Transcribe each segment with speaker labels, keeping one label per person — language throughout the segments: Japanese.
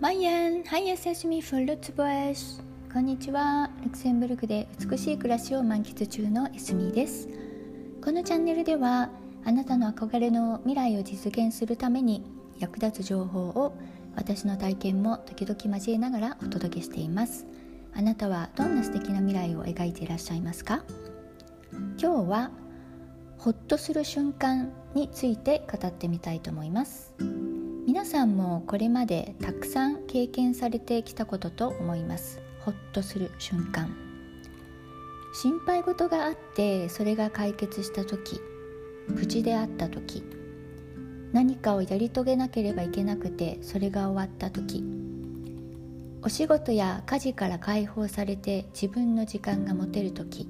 Speaker 1: マイエン、ハイエセシミフルツボエシ。こんにちは。ルクセンブルクで美しい暮らしを満喫中のエスミです。このチャンネルではあなたの憧れの未来を実現するために役立つ情報を私の体験も時々交えながらお届けしています。あなたはどんな素敵な未来を描いていらっしゃいますか？今日はホッとする瞬間について語ってみたいと思います。皆さんもこれまでたくさん経験されてきたことと思います。ホッとする瞬間、心配事があってそれが解決した時、無事であった時、何かをやり遂げなければいけなくてそれが終わった時、お仕事や家事から解放されて自分の時間が持てる時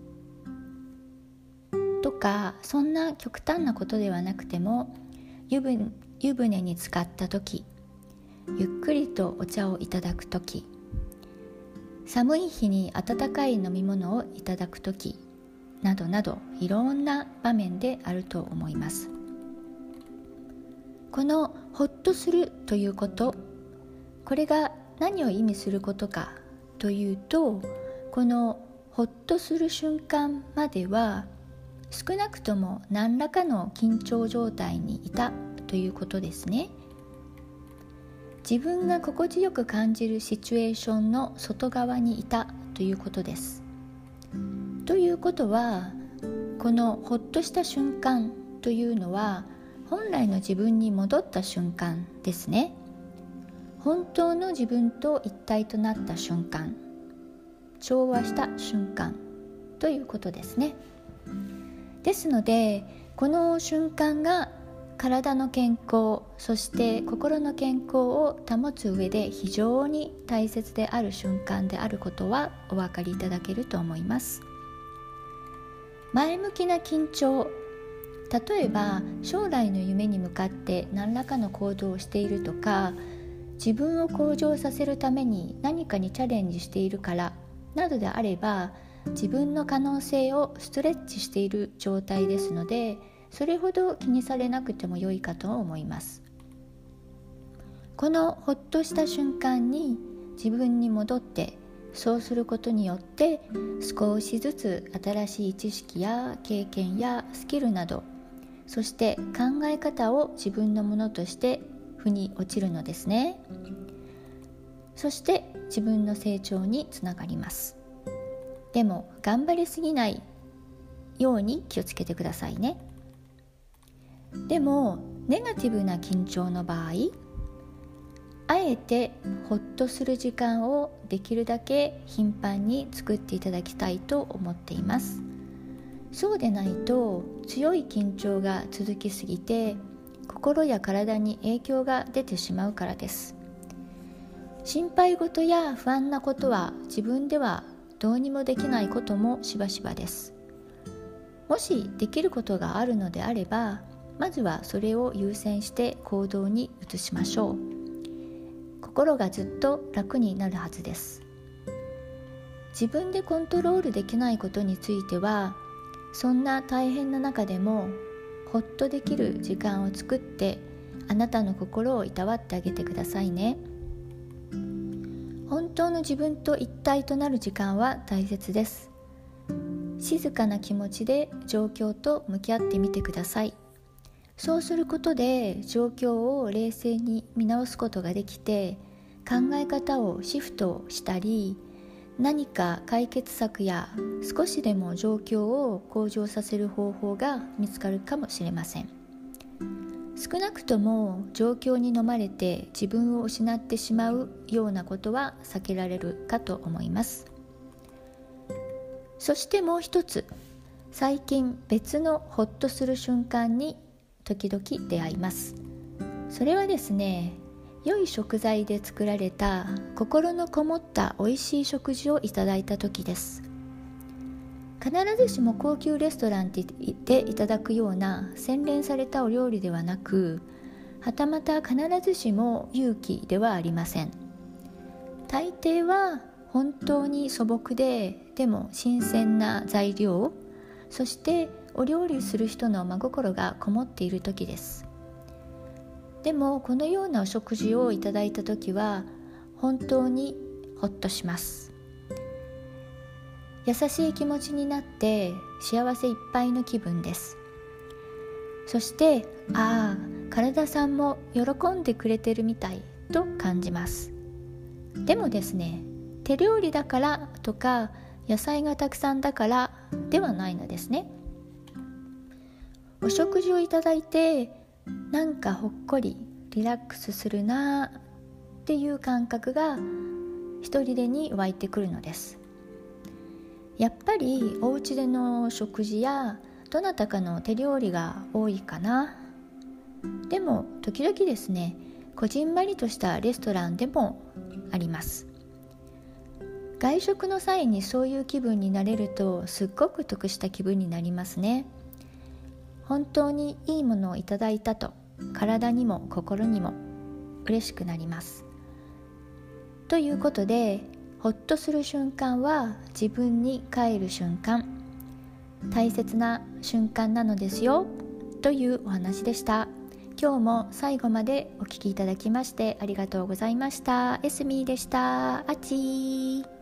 Speaker 1: とか、そんな極端なことではなくても湯船に浸かった時、ゆっくりとお茶をいただく時、寒い日に温かい飲み物をいただく時などなど、いろんな場面であると思います。このホッとするということ、これが何を意味することかというと、このホッとする瞬間までは少なくとも何らかの緊張状態にいたということですね。自分が心地よく感じるシチュエーションの外側にいたということです。ということは、このホッとした瞬間というのは本来の自分に戻った瞬間ですね。本当の自分と一体となった瞬間、調和した瞬間ということですね。ですので、この瞬間が体の健康、そして心の健康を保つ上で非常に大切である瞬間であることはお分かりいただけると思います。前向きな緊張、例えば将来の夢に向かって何らかの行動をしているとか、自分を向上させるために何かにチャレンジしているからなどであれば、自分の可能性をストレッチしている状態ですので、それほど気にされなくても良いかと思います。このほっとした瞬間に自分に戻って、そうすることによって少しずつ新しい知識や経験やスキルなど、そして考え方を自分のものとして腑に落ちるのですね。そして自分の成長につながります。でも頑張りすぎないように気をつけてくださいね。でもネガティブな緊張の場合、あえてホッとする時間をできるだけ頻繁に作っていただきたいと思っています。そうでないと強い緊張が続きすぎて心や体に影響が出てしまうからです。心配事や不安なことは自分ではどうにもできないこともしばしばです。もしできることがあるのであれば、まずはそれを優先して行動に移しましょう。心がずっと楽になるはずです。自分でコントロールできないことについては、そんな大変な中でもほっとできる時間を作って、あなたの心をいたわってあげてくださいね。本当の自分と一体となる時間は大切です。静かな気持ちで状況と向き合ってみてください。そうすることで状況を冷静に見直すことができて、考え方をシフトしたり、何か解決策や少しでも状況を向上させる方法が見つかるかもしれません。少なくとも状況に飲まれて自分を失ってしまうようなことは避けられるかと思います。そしてもう一つ、最近別のホッとする瞬間に時々出会います。それはですね、良い食材で作られた心のこもった美味しい食事をいただいた時です。必ずしも高級レストランでいただくような洗練されたお料理ではなく、はたまた必ずしも有機ではありません。大抵は本当に素朴でも新鮮な材料、そしてお料理する人の真心がこもっている時です。 でもこのようなお食事をいただいたときは本当にほっとします。優しい気持ちになって幸せいっぱいの気分です。そして体さんも喜んでくれてるみたいと感じます。でもですね、手料理だからとか野菜がたくさんだからではないのですね。お食事をいただいてなんかほっこりリラックスするなっていう感覚が一人でに湧いてくるのです。やっぱりお家での食事やどなたかの手料理が多いかな。でも時々ですね、こじんまりとしたレストランでもあります。外食の際にそういう気分になれるとすっごく得した気分になりますね。本当にいいものをいただいたと体にも心にも嬉しくなります。ということで、ほっとする瞬間は自分に帰る瞬間、大切な瞬間なのですよというお話でした。今日も最後までお聞きいただきましてありがとうございました。エスミーでした。あちー。